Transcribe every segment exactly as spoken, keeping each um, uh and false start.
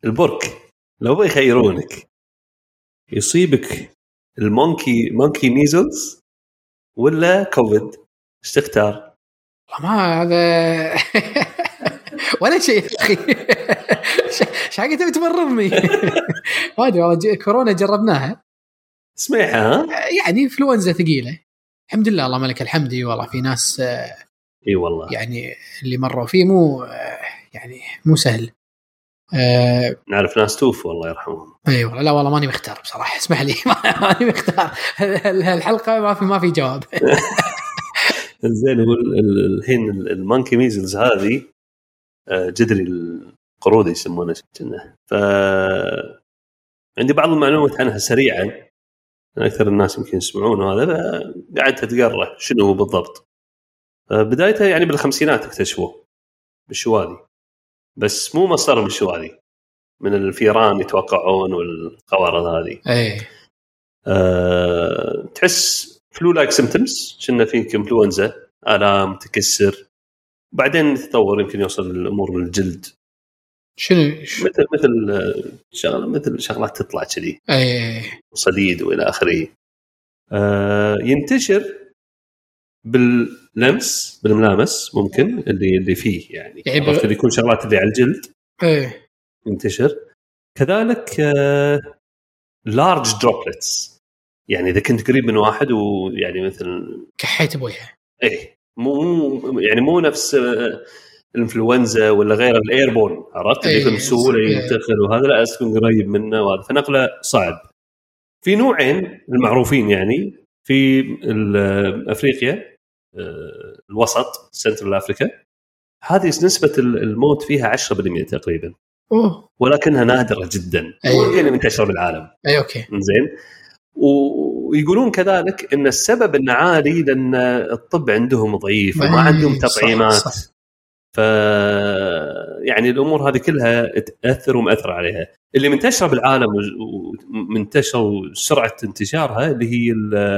البرك لو بيخيرونك يصيبك المونكي مونكي ميزلز ولا كوفيد ايش تختار؟ ما هذا ولا شيء اخي ايش حاجه تبي تبررني ما ادري والله كورونا جربناها سمعها يعني انفلونزا ثقيله الحمد لله الله ملك الحمد والله في ناس اي والله يعني اللي مروا فيه مو يعني مو سهل أه نعرف ناس توفوا الله يرحمهم اي والله لا والله ماني مختار بصراحه اسمح لي ماني مختار الحلقه ما في ما في جواب زين الحين المونكي ميزلز هذه جدري القرود يسمونه كنا ف عندي بعض المعلومات عنها سريعا اكثر الناس يمكن يسمعون هذا قاعد اتقرا شنو هو بالضبط. بدايتها يعني بالخمسينات اكتشفوه بالشواذي بس مو مصدر بالشواذي من الفيران يتوقعون والقوارض هذه اي أه... تحس فلو لايك سيمبتومز كنا فيك انفلونزا آلام تكسر بعدين تتطور يمكن يوصل الامور للجلد شنو مثل مثل شغله مثل شغلات تطلع كذي اي صديد والى اخره. أه... ينتشر باللمس بالملامس ممكن اللي اللي فيه يعني, يعني عرفت اللي يكون شغلات اللي على الجلد ايه ينتشر كذلك لارج دروبلتس يعني اذا كنت قريب من واحد ويعني مثل كحيت ابويها ايه مو يعني مو نفس الانفلونزا ولا غير الايربورن عرفت اللي أيه بسهوله ينتقل وهذا لا اسكن قريب منه وهذا فنقله صعب. في نوعين المعروفين يعني في افريقيا الوسط سنترال افريكا هذه نسبه الموت فيها عشرة بالمئة تقريبا أوه. ولكنها نادره جدا أيه. منتشره بالعالم اي اوكي زين. ويقولون كذلك ان السبب انه عالي لان الطب عندهم ضعيف وما عندهم تطعيمات صح صح. ف يعني الامور هذه كلها تاثر ومأثر عليها. اللي منتشره بالعالم ومنتشره سرعه انتشارها اللي هي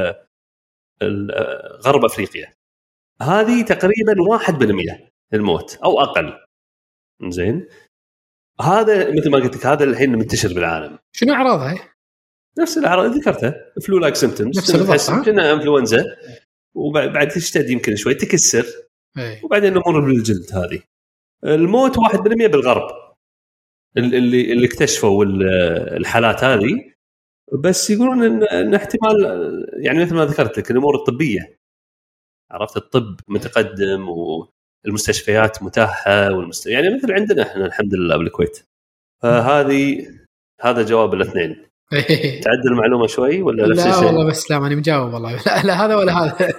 غرب افريقيا هذه تقريبا واحد بالمئة الموت او اقل زين. هذا مثل ما قلت لك هذا الحين منتشر بالعالم. شنو اعراضها؟ نفس الاعراض اللي ذكرتها فلو لايك سيمبتومز نفس كنا انفلونزا وبعد تشتد يمكن شوي تكسر أي. وبعدين الامور بالجلد. هذه الموت واحد بالمئة بالغرب اللي اللي اكتشفوا الحالات هذه بس يقولون ان احتمال يعني مثل ما ذكرت لك الامور الطبيه عرفت الطب متقدم والمستشفيات متاحه والمست... يعني مثل عندنا احنا الحمد لله بالكويت. فهذه هذا جواب الاثنين. تعدل المعلومه شوي ولا نفس الشيء؟ لا والله بس لا ماني مجاوب والله لا, لا هذا ولا هذا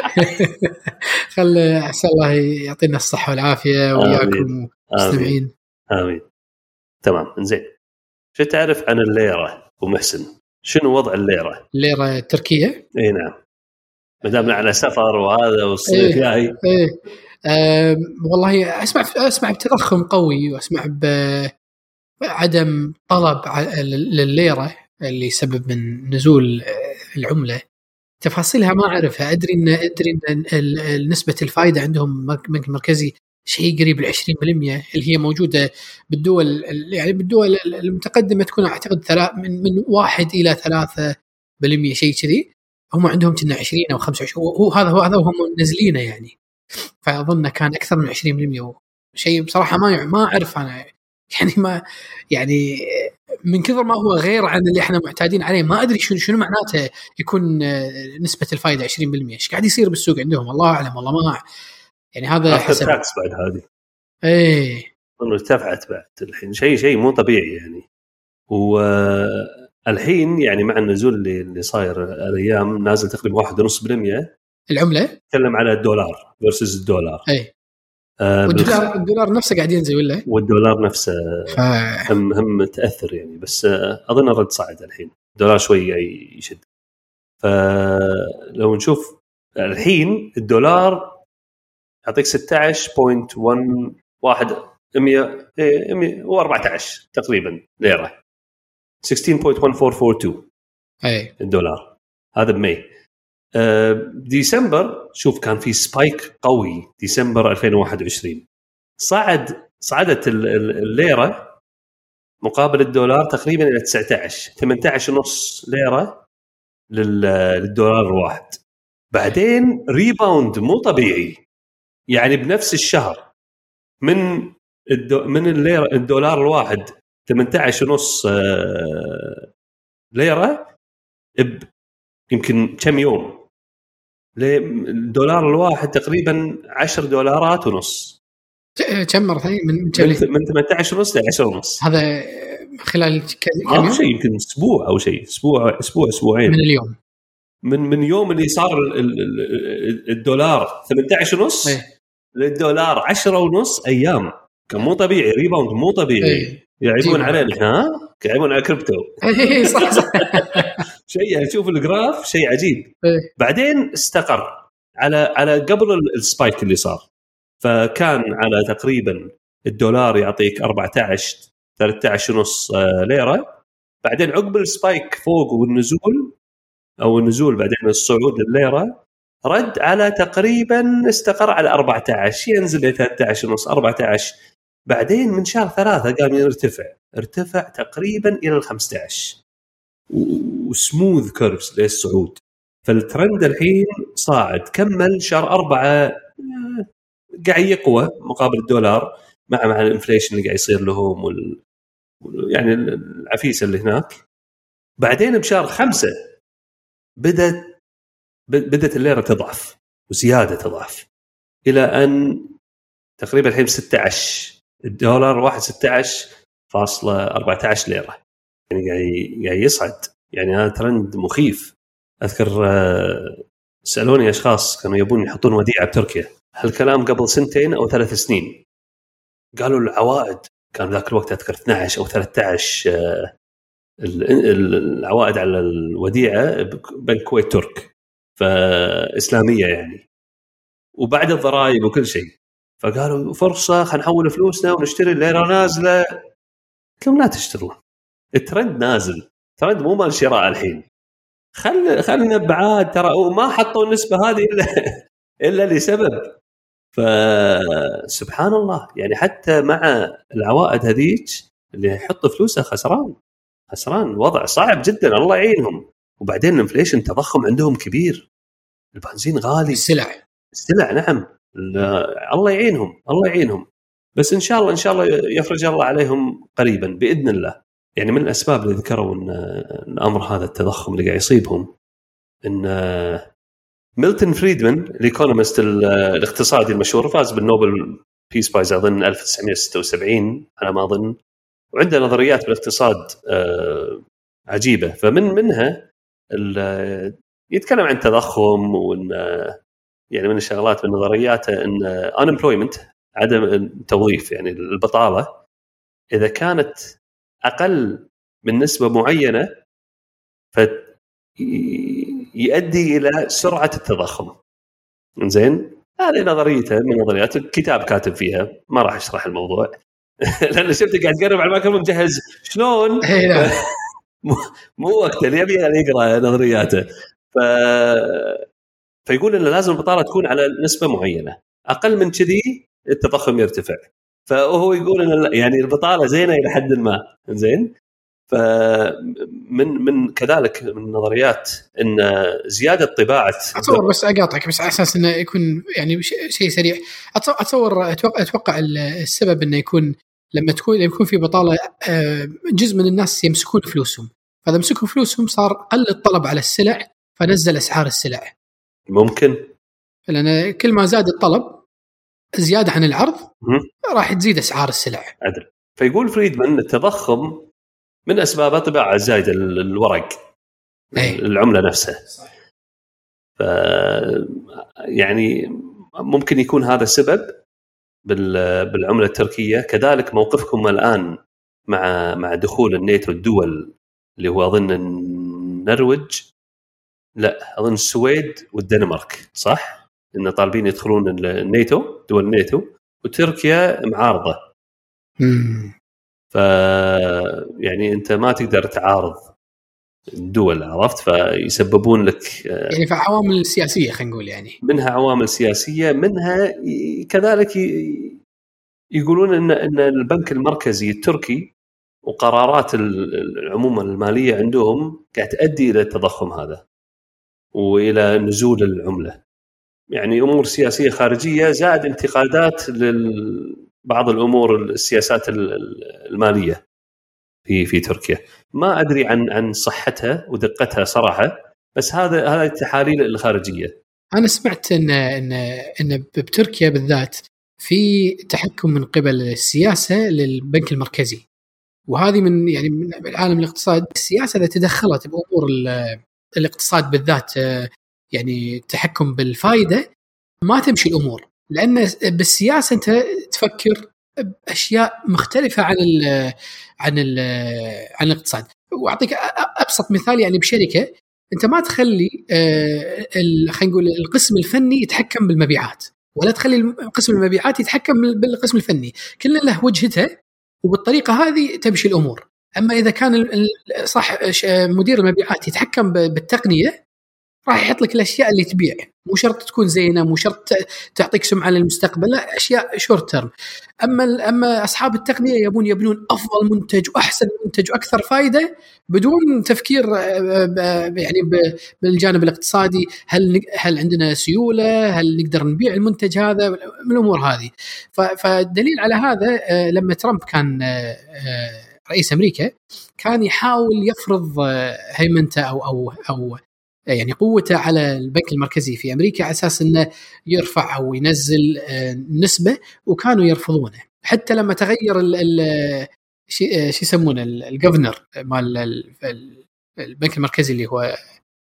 خلي عسى الله يعطينا الصحه والعافيه وياكم مستمعين. آمين. امين تمام زين. شو تعرف عن الليره ومحسن؟ شنو وضع الليره؟ الليره التركيه؟ اي نعم مدامنا على سفر وهذا والصيف جاي. ايه, إيه. أه والله اسمع اسمع بتضخم قوي واسمع بعدم طلب للليره اللي سبب من نزول العمله. تفاصيلها ما اعرفها. ادري ان ادري ان نسبه الفائده عندهم البنك المركزي شيء قريب ل عشرين بالمئة اللي هي موجوده بالدول يعني بالدول المتقدمه تكون اعتقد من من واحد الى ثلاثة بالمئة شيء كذي. هم عندهم كنا عشرين او خمسة وعشرين هو هذا هو هذا هم منزلينه يعني. فاظن كان اكثر من عشرين بالمئة شيء بصراحه ما ما اعرف انا يعني ما يعني من كثر ما هو غير عن اللي احنا معتادين عليه ما ادري شنو شنو معناته يكون نسبه الفائده عشرين بالمئة. ايش قاعد يصير بالسوق عندهم الله اعلم والله ما يعني هذا حسب تاكس بعد هذه ايه انه ارتفعت بعد الحين شيء شيء مو طبيعي يعني. والحين يعني مع النزول اللي اللي صاير الايام نازل تقريبا واحد ونص بالمئة العمله. تكلم على الدولار versus الدولار. ايه آه والدولار بالخ... الدولار نفسه قاعد ينزل ولا؟ والدولار نفسه ف... هم هم تاثر يعني بس اظن الرد صعد الحين الدولار شوي يشد. فلو نشوف الحين الدولار يعطيك ستة عشر فاصلة واحد مية وأربعة عشر تقريبا ليره ستة عشر فاصلة أربعة أربعة اثنين اي الدولار. هذا بماي. ديسمبر شوف كان في سبايك قوي ديسمبر ألفين وواحد وعشرين صعد صعدت الليره مقابل الدولار تقريبا الى تسعة عشر ثمانية عشر ونص ليره للدولار الواحد. بعدين ريباوند مو طبيعي، يعني بنفس الشهر من الدو من الليره الدولار الواحد ثمانية عشر ونص ليره يمكن كم يوم الدولار الواحد تقريبا عشرة دولارات ونص. كم مرة ثانية من من ثمانية عشر ونص ل عشرة ونص، هذا خلال كم يوم؟ شيء يمكن اسبوع او شيء اسبوع اسبوع اسبوعين من اليوم، من من يوم اللي صار الدولار ثمانية عشر ونص للدولار عشرة ونص ايام. كان مو طبيعي، ريباوند مو طبيعي. يلعبون علينا احنا، يلعبون على كريبتو. اي صح صح شيء يعني شوف الجراف شيء عجيب. بعدين استقر على على قبل السبايك اللي صار، فكان على تقريبا الدولار يعطيك أربعة عشر ثلاثة عشر ونص ليره. بعدين عقب السبايك فوق والنزول او النزول بعدين الصعود الليره رد على تقريبا استقر على أربعة عشر، ينزل ل ثلاثة عشر ونص أربعة عشر. بعدين من شهر ثلاثة قام يرتفع ارتفع تقريبا إلى الخمسة عشر وسموث كيرفز للصعود. فالترند الحين صاعد، كمل شهر أربعة قاعد يقوى مقابل الدولار مع مع الانفليشن اللي قاعد يصير لهم وال... يعني العفيسة اللي هناك. بعدين بشهر خمسة بدأت بدأت الليرة تضعف وزيادة تضعف إلى أن تقريبا الحين ستة عشر الدولار واحد ستة عشر فاصلة أربعة عشر ليرة، يعني قاعد يصعد. يعني هذا ترند مخيف. أذكر سألوني أشخاص كانوا يبون يحطون وديعة بتركيا، هالكلام قبل سنتين أو ثلاث سنين، قالوا العوائد كان ذاك الوقت أذكر اثني عشر أو ثلاثة عشر العوائد على الوديعة بين كويت ترك فإسلامية يعني، وبعد الضرائب وكل شيء. فقالوا فرصة خلينا نحول فلوسنا ونشتري الليرة نازلة. كم لا تشترون، الترند نازل، ترند مو مال شراء الحين. خل خلنا بعاد ترى، وما حطوا النسبة هذه إلا إلا لسبب. فسبحان الله، يعني حتى مع العوائد هذيك اللي يحط فلوسه خسران خسران. وضع صعب جدا، الله يعينهم. وبعدين الانفليشن تضخم عندهم كبير، البنزين غالي، السلع السلع نعم. الله يعينهم الله يعينهم. بس إن شاء الله إن شاء الله يفرج الله عليهم قريبا بإذن الله. يعني من الأسباب اللي ذكروا إن الأمر هذا التضخم اللي قاعد يصيبهم، إن ميلتون فريدمان الإيكونومست الاقتصادي المشهور فاز بالنوبل بيس بايز أظن ألف وتسعمائة وستة وسبعين على ما أظن، وعنده نظريات بالاقتصاد عجيبة. فمن منها يتكلم عن التضخم، وإن يعني من الشغلات من نظرياته إن unemployment عدم التوظيف، يعني البطالة إذا كانت أقل من نسبة معينة فيؤدي إلى سرعة التضخم. زين، هذه نظريته من نظريات الكتاب كاتب فيها، ما راح أشرح الموضوع لأن شفت قاعد تقرب على المايكروفون مجهز شلون مو وقت اللي يبي يقرأ نظرياته. ف... فيقول إن لازم البطالة تكون على نسبة معينة، أقل من كذي التضخم يرتفع. فهو يقول إن يعني البطالة زينة إلى حد ما. زين، فمن من كذلك من النظريات إن زيادة طباعة، أتصور بس أقاطعك بس على أساس إنه يكون يعني شيء سريع. أتصور أتوقع, أتوقع السبب إنه يكون لما تكون يكون في بطالة جزء من الناس يمسكون فلوسهم، فإذا مسكوا فلوسهم صار قل الطلب على السلع فنزل أسعار السلع. ممكن لأن كل ما زاد الطلب زيادة عن العرض راح تزيد أسعار السلع. عدل. فيقول فريدمان التضخم من أسباب طباعة زايدة الورق أي. العملة نفسها. ف يعني ممكن يكون هذا السبب بالعملة التركية. كذلك موقفكم الآن مع مع دخول الناتو الدول اللي هو أظن النرويج، لا أظن السويد والدنمارك، صح؟ إن طالبين يدخلون الناتو، دول الناتو، وتركيا معارضة. مم. ف يعني أنت ما تقدر تعارض الدول، عرفت؟ فيسببون لك يعني في عوامل سياسية، خلينا نقول يعني منها عوامل سياسية، منها كذلك يقولون إن إن البنك المركزي التركي وقرارات العموم المالية عندهم قاعد تؤدي إلى التضخم هذا وإلى نزول العملة. يعني أمور سياسية خارجية زائد انتقادات لبعض الأمور السياسات المالية في في تركيا. ما أدري عن عن صحتها ودقتها صراحة، بس هذا هذا التحاليل الخارجية. أنا سمعت إن إن إن بتركيا بالذات في تحكم من قبل السياسة للبنك المركزي، وهذه من يعني من العالم الاقتصاد. السياسة إذا تدخلت بأمور الاقتصاد بالذات، يعني تحكم بالفائدة، ما تمشي الأمور، لأن بالسياسة أنت تفكر بأشياء مختلفة عن ال عن ال عن الاقتصاد. وأعطيك أبسط مثال، يعني بشركة أنت ما تخلي خلينا نقول القسم الفني يتحكم بالمبيعات، ولا تخلي قسم المبيعات يتحكم بالقسم الفني، كل له وجهته، وبالطريقة هذه تمشي الأمور. أما إذا كان صح مدير المبيعات يتحكم بالتقنية، راح يحط لك الأشياء اللي تبيع، مو شرط تكون زينة، مو شرط تعطيك سمعة للمستقبل، لا، أشياء شورت تيرم. أما أما أصحاب التقنية يبون يبنون أفضل منتج وأحسن منتج وأكثر فائدة، بدون تفكير يعني بالجانب الاقتصادي، هل هل عندنا سيولة، هل نقدر نبيع المنتج هذا، من الأمور هذه. فالدليل على هذا لما ترامب كان رئيس أمريكا، كان يحاول يفرض هيمنته أو أو أو يعني قوته على البنك المركزي في أمريكا، على أساس أنه يرفع أو ينزل نسبة، وكانوا يرفضونه. حتى لما تغير ال ال شو يسمونه الجوفرنر مال البنك المركزي اللي هو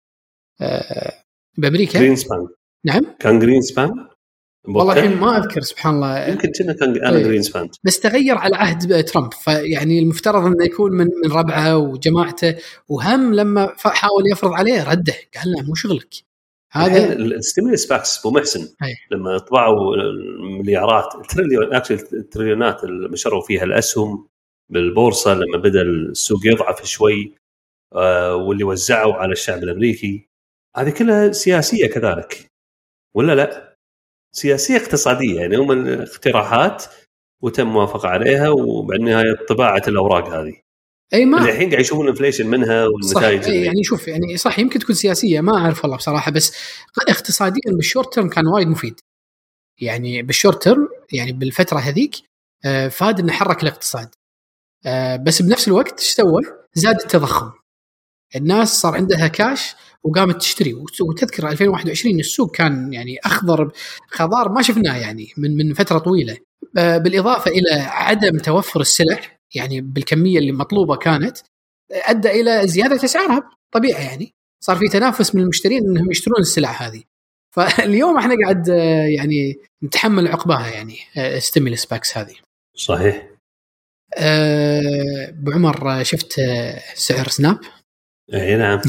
بأمريكا، جرينسبان. نعم، كان جرينسبان. والله الحين ما أذكر سبحان الله، يمكن كنا كان أنا جرينسبان، بس تغير على عهد ترامب. فيعني المفترض أنه يكون من من ربعه وجماعته، وهم لما حاول يفرض عليه رده، قال له مو شغلك هذا. الستيمولس باكس أبو محسن هي. لما طبعوا المليارات التريليون أكثر التريليونات اللي بشروا فيها الأسهم بالبورصة، لما بدأ السوق يضعف شوي آه واللي وزعوا على الشعب الأمريكي، هذه كلها سياسية كذلك ولا لا؟ سياسية اقتصادية، يعني هم الاقتراحات وتم موافقة عليها، وبالنهاية طباعة الأوراق هذه. أي ما اللي الحين قاعد يشوفون الانفليشن منها والنتائج. صح، يعني شوف، يعني صح يمكن تكون سياسية، ما أعرف والله بصراحة، بس اقتصاديا بالشورت تيرم كان وايد مفيد. يعني بالشورت تيرم، يعني بالفترة هذيك فاد إنه حرك الاقتصاد، بس بنفس الوقت ايش سوى؟ زاد التضخم. الناس صار عندها كاش وقامت تشتري. وتذكر ألفين وواحد وعشرين السوق كان يعني أخضر خضار ما شفناه يعني من من فترة طويلة، بالإضافة إلى عدم توفر السلع يعني بالكمية اللي مطلوبة كانت، أدى إلى زيادة أسعارها طبيعي. يعني صار في تنافس من المشترين إنهم يشترون السلع هذه. فاليوم احنا قاعد يعني نتحمل عقباها، يعني ستيمولس باكس هذه. صحيح. أه بعمر، شفت سعر سناب؟ اي نعم.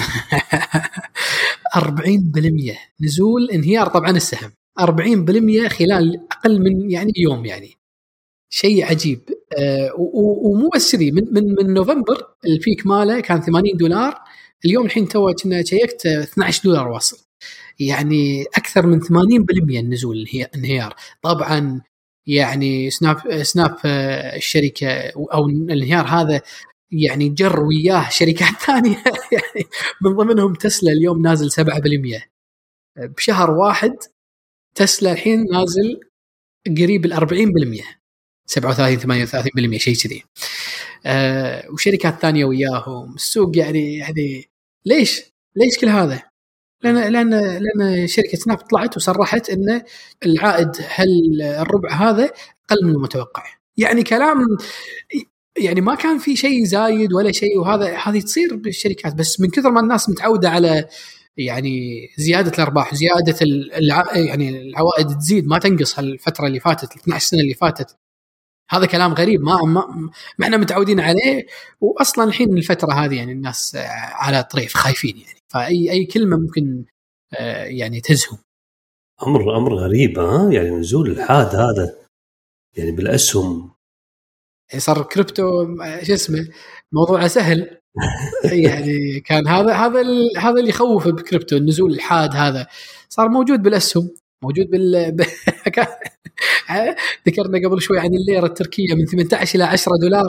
أربعين بالمئة نزول، انهيار طبعا السهم أربعين بالمئة خلال أقل من يعني يوم، يعني شيء عجيب. أه ومو بس ذي، من, من من نوفمبر البيك ماله كان ثمانين دولار، اليوم الحين تو كنا شيكت اثنا عشر دولار واصل، يعني أكثر من ثمانين بالمئة النزول انهيار. طبعا يعني سناب سناب الشركة أو الانهيار هذا يعني جر وياه شركات ثانية، يعني من ضمنهم تسلا اليوم نازل سبعة بالمئة بشهر واحد. تسلا الحين نازل قريب الأربعين بالمئة، سبعة وثلاثين ثمانية وثلاثين بالمئة شيء كذي. أه وشركات ثانية وياهم. السوق يعني يعني ليش ليش كل هذا؟ لأن لأن لأن شركة سناب طلعت وصرحت إن العائد هل الربع هذا أقل من المتوقع. يعني كلام يعني ما كان في شيء زايد ولا شيء، وهذا هذه تصير بالشركات، بس من كثر ما الناس متعودة على يعني زيادة الأرباح، زيادة الع... يعني العوائد تزيد ما تنقص. هالفترة اللي فاتت اثنا عشر سنة اللي فاتت، هذا كلام غريب ما ما, ما احنا متعودين عليه. وأصلا الحين الفترة هذه يعني الناس على طريف خايفين، يعني فأي أي كلمة ممكن يعني تزهم. أمر أمر غريب. ها يعني نزول الحاد هذا يعني بالأسهم، صار كريبتو شو اسمه موضوع سهل. يعني كان هذا هذا هذا اللي يخوف بكريبتو، النزول الحاد هذا صار موجود بالأسهم، موجود بال ذكرنا قبل شوي عن الليرة التركية من ثمانية عشر إلى عشرة دولار،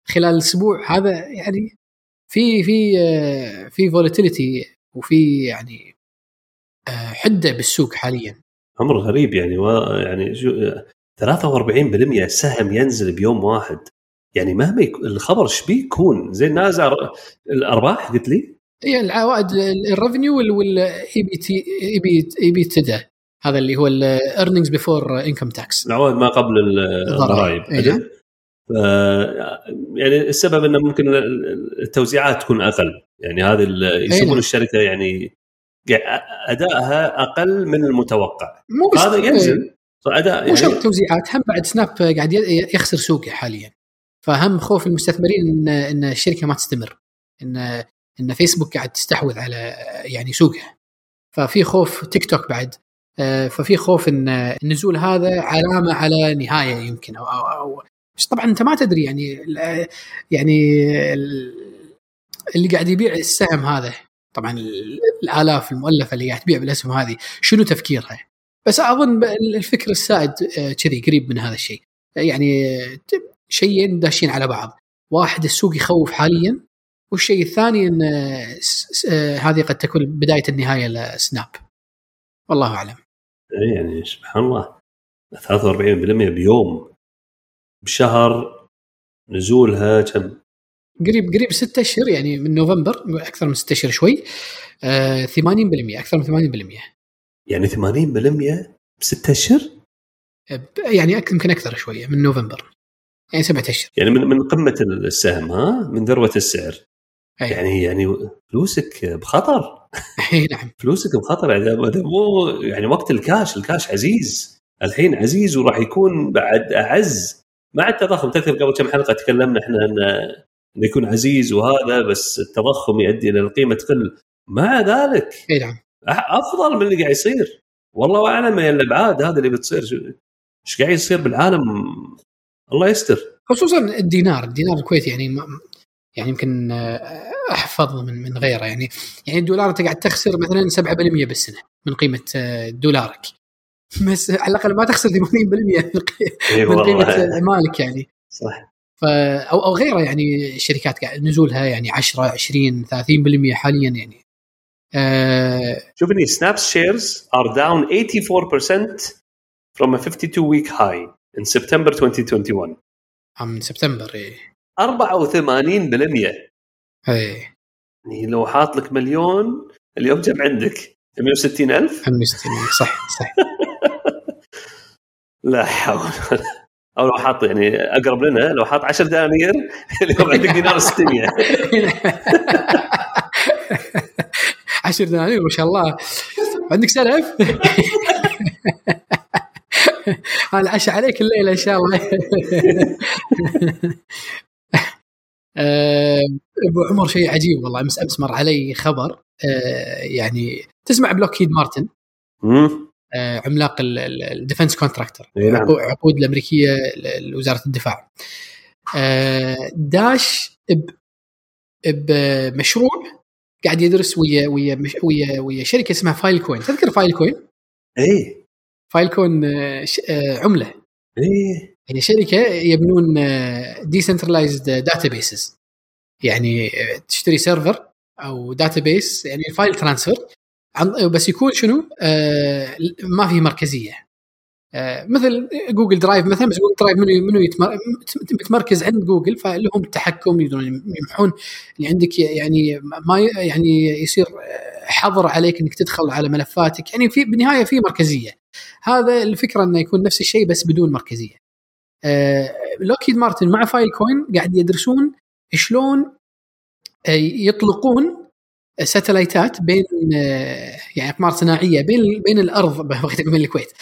خلال الاسبوع هذا يعني في في في فولاتيليتي وفي يعني حده بالسوق حاليا. امر غريب يعني يعني ثلاثة وأربعين بالمئة سهم ينزل بيوم واحد، يعني مهما يكون الخبر ايش بيكون زي نازع الارباح قلت لي هي العوائد الريفينيو والاي بي تي اي بي اي بي تي هذا اللي هو الايرنينجز بيفور انكم تاكس، العوائد ما قبل الضرائب. يعني السبب انه ممكن التوزيعات تكون اقل، يعني هذه يسمون الشركه يعني ادائها اقل من المتوقع، هذا ينزل فاداء يعني مو شرط توزيعات. هم بعد سناب قاعد يخسر سوقه حاليا، فهم خوف المستثمرين ان ان الشركه ما تستمر، ان ان فيسبوك قاعد تستحوذ على يعني سوقها، ففي خوف. تيك توك بعد، ففي خوف ان النزول هذا علامه على نهايه يمكن او او, أو بس طبعا انت ما تدري يعني يعني اللي قاعد يبيع السهم هذا طبعا الالاف المؤلفه اللي قاعد تبيع بالاسهم هذه شنو تفكيرها. بس اظن الفكر السائد كذي قريب من هذا الشيء، يعني شيئين داشين على بعض، واحد السوق يخوف حاليا، والشيء الثاني ان هذه قد تكون بدايه النهايه لسناب، والله اعلم. يعني سبحان الله ثلاثة وأربعين بالمئة بيوم بشهر، نزولها كم؟ قريب قريب ستة أشهر، يعني من نوفمبر أكثر من ستة أشهر شوي، آه ثمانين بالمئة أكثر من ثمانين بالمئة، يعني ثمانين بالمئة بستة أشهر، يعني يمكن أكثر شوية من نوفمبر، يعني سبعة أشهر، يعني من من قمة السهم، ها من ذروة السعر. أي. يعني يعني فلوسك بخطر. نعم فلوسك بخطر، يعني مو يعني وقت الكاش، الكاش عزيز الحين عزيز، وراح يكون بعد أعز مع التضخم. تذكر قبل كم حلقة تكلمنا احنا ان انه يكون عزيز وهذا، بس التضخم يؤدي الى القيمة تقل، مع ذلك أي نعم افضل من اللي قاعد يصير. والله اعلم يا الابعاد هذا اللي بتصير، ايش قاعد يصير بالعالم، الله يستر. خصوصا الدينار الدينار الكويتي يعني يعني يمكن احفظ من من غيره. يعني يعني الدولار انت قاعد تخسر مثلا سبعة بالمئة بالسنه من قيمه دولارك، بس على الاقل ما تخسر ثمانين بالمئة من قيمه مالك يعني. صح. ف او او غيره، يعني الشركات قاعد نزولها يعني عشرة عشرين ثلاثين بالمئة حاليا يعني. أه شوفني Snap's shares are down eighty-four percent from a fifty-two week high in September twenty twenty-one. من سبتمبر ايه أربعة وثمانين بالمئة. ايه يعني لو حاط لك مليون اليوم جمع عندك مئة وستين ألف. مئة وستين صح صح. لا حول. أو لو حاط يعني أقرب لنا، لو حاط عشر دنانير اليوم عندك دينار ستمية. عشر دنانير ما شاء الله، عندك سلف. هذا عشاء عليك الليلة إن شاء الله. أبو عمر شيء عجيب والله، أمس أمس مر علي خبر، يعني تسمع بلوكهيد مارتن، عملاق الديفنس كونتراكتور، عقود الأمريكية لوزارة الدفاع، داش بمشروع قاعد يدرس ويا ويا ويا ويا شركة اسمها فايل كوين. تذكر فايل كوين؟ إيه فايل كوين عملة. إيه هي شركة يبنون decentralized databases، يعني تشتري سيرفر أو database يعني فايل ترانسفير، بس يكون شنو آه ما فيه مركزية، آه مثل جوجل درايف مثلا، بس جوجل درايف منو منو يتمركز عند جوجل، فلهم التحكم، يقدرون يمحون اللي عندك، يعني ما يعني يصير حظر عليك انك تدخل على ملفاتك، يعني في بالنهاية في مركزية. هذا الفكرة انه يكون نفس الشيء بس بدون مركزية. آه لوكهيد مارتن مع فايل كوين قاعد يدرسون شلون آه يطلقون ساتلايتات بين يعني أقمار صناعية بين بين الأرض، بغيت أقول من الكويت،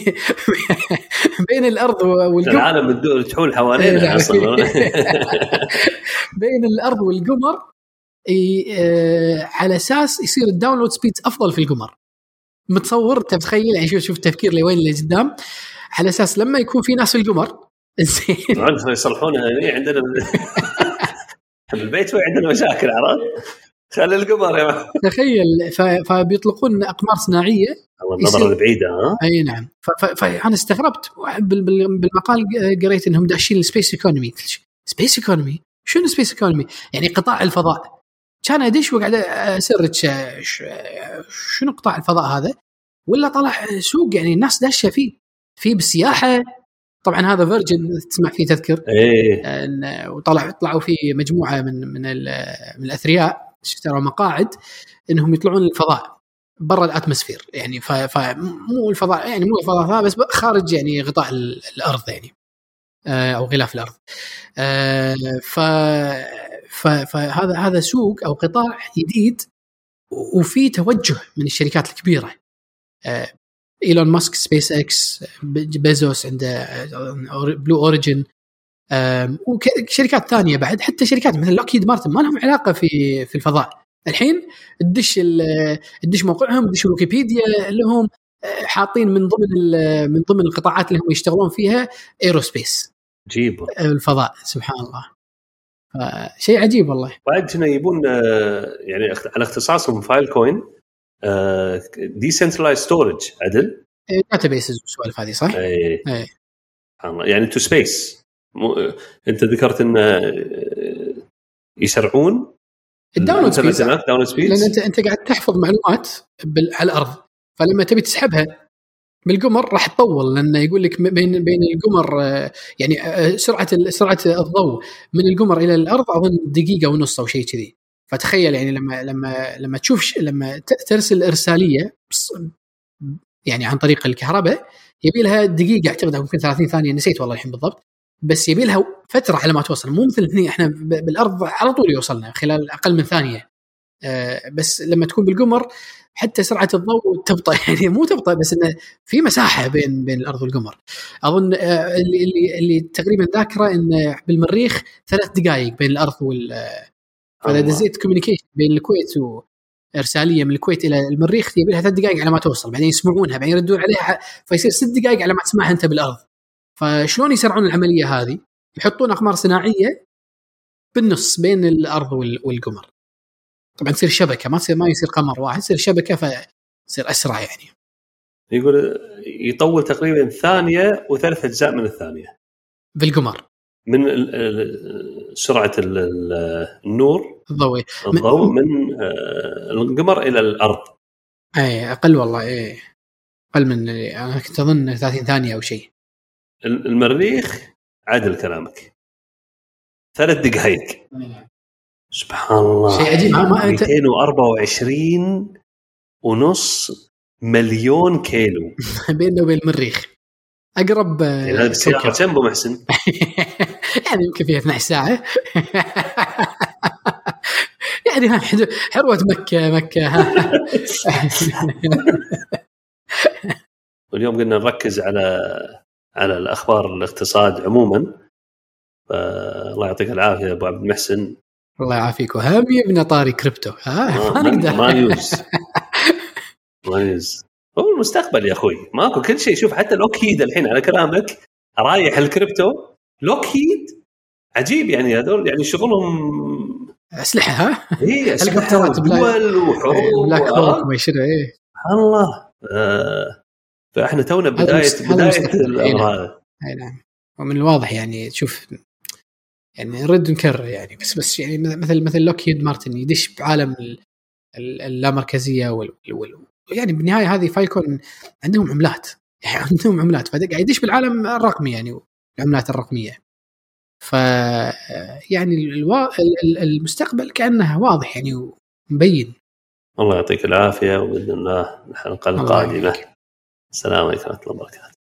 بين الأرض والقمر، العالم الدول تحول حوالينا أصلا. بين الأرض والقمر، على أساس يصير الداونلود سبيد أفضل في القمر. متصور تتخيل يعني، شوف شوف التفكير لوين اللي قدام، على أساس لما يكون في ناس في القمر زين عندنا يصلحونها هنا عندنا بالبيت وعندنا مشاكل، عرفت؟ خلي القمر يا تخيل. فبيطلقون أقمار صناعية النظرة البعيدة. ها أي نعم. فأنا استغربت بالمقال، قريت إنهم داشين السبيس إيكونومي. سبيس إيكونومي شنو سبيس ايكونومي؟ يعني قطاع الفضاء. كان ادش وقاعد اسرج شنو قطاع الفضاء هذا، ولا طلع سوق يعني الناس داشه فيه في بالسياحه. طبعا هذا فيرجن تسمع فيه تذكر ايه، وطلع طلعوا فيه مجموعه من من من الاثرياء اشتروا مقاعد انهم يطلعون الفضاء برا الاتموسفير، يعني فمو الفضاء يعني مو الفضاء بس خارج يعني غطاء الارض يعني او غلاف الارض. ف فهذا هذا سوق او قطاع جديد وفي توجه من الشركات الكبيره. إيلون ماسك سبيس إكس، بيزوس عنده بلو أوريجين، وشركات ثانية بعد، حتى شركات مثل لوكهيد مارتن ما لهم علاقة في في الفضاء. الحين تدش تدش موقعهم، تدش ويكيبيديا لهم حاطين من ضمن من ضمن القطاعات اللي هم يشتغلون فيها ايروسبيس، جيبه الفضاء. سبحان الله، شيء عجيب والله. بعد هنا يبون يعني على اختصاصهم فايل كوين decentralized storage عدل داتابيسز والسوالف هذه صح؟ اي اي يعني تو سبيس. انت ذكرت ان يسرعون الداونلود سبيد، داونلود سبيد، لان انت انت قاعد تحفظ معلومات على الارض، فلما تبي تسحبها من القمر راح تطول، لان يقول لك بين بين القمر يعني سرعه سرعه الضوء من القمر الى الارض اظن دقيقه ونص او شيء كذي. فتخيل يعني لما لما لما تشوف لما ترسل ارساليه يعني عن طريق الكهرباء يبي لها دقيقه اعتقد او ممكن ثلاثين ثانيه، نسيت والله الحين بالضبط، بس يبي لها فتره على ما توصل. مو مثل هنا احنا بالارض على طول يوصلنا خلال اقل من ثانيه، أه بس لما تكون بالقمر حتى سرعه الضوء تبطأ، يعني مو تبطأ بس انه في مساحه بين بين الارض والقمر. اظن أه اللي اللي اللي تقريبا ذاكره ان بالمريخ ثلاث دقائق بين الارض وال فاذا دزيت كوميونيكيشن بين الكويت وارساليه من الكويت الى المريخ يبي لها ثلاث دقائق على ما توصل، بعدين يسمعونها بعدين يردون عليها فيصير ست دقائق على ما تسمعها انت بالارض. فشلون يسرعون العمليه هذه؟ يحطون اقمار صناعيه بالنص بين الارض والقمر، طبعا تصير شبكه، ما تصير ما يصير قمر واحد، يصير شبكه فيصير اسرع. يعني يقول يطول تقريبا ثانيه وثلاث اجزاء من الثانيه بالقمر من سرعه النور الضوئي الضوء من القمر الى الارض. اي اقل والله، اي اقل من انا كنت اظن ثلاثين ثانيه او شيء. المريخ عدل كلامك ثلاث دقائق. سبحان الله، شيء عجيب. مئتين وأربعة وعشرين ونص مليون كيلو بينه وبين المريخ. اقرب هذا السياره كم ابو محسن؟ يعني يمكن فيها اثنتي ساعه. يعني حروه مكه مكه. واليوم قلنا نركز على على الاخبار الاقتصاد عموما. الله يعطيك العافيه ابو عبد المحسن. الله يعافيك. وهم يبنى طاري كريبتو ها ما نقدر ما يوز ما يوز هو المستقبل يا اخوي، ماكو كل شيء. شوف حتى لوكهيد الحين على كلامك رايح الكريبتو. لوكهيد عجيب يعني، هذول يعني شغلهم اسلحه ها اي اسلحه دول وحروب بلاك هوك ما يشري. ايه سبحان الله. آه فاحنا تونا بدايه بدايه الامر هذا. اي نعم. ومن الواضح يعني تشوف يعني نرد نكرر يعني بس بس يعني مثل مثل لوكهيد مارتن يدش بعالم اللامركزيه وال, وال يعني بالنهايه هذه فايلكون عندهم عملات، يعني عندهم عملات فقاعد يدش بالعالم الرقمي يعني العملات الرقميه. ف يعني الوا... المستقبل كانه واضح يعني ومبين. الله يعطيك العافيه وباذن الله الحلقه القادمه. السلام عليكم ورحمه الله وبركاته.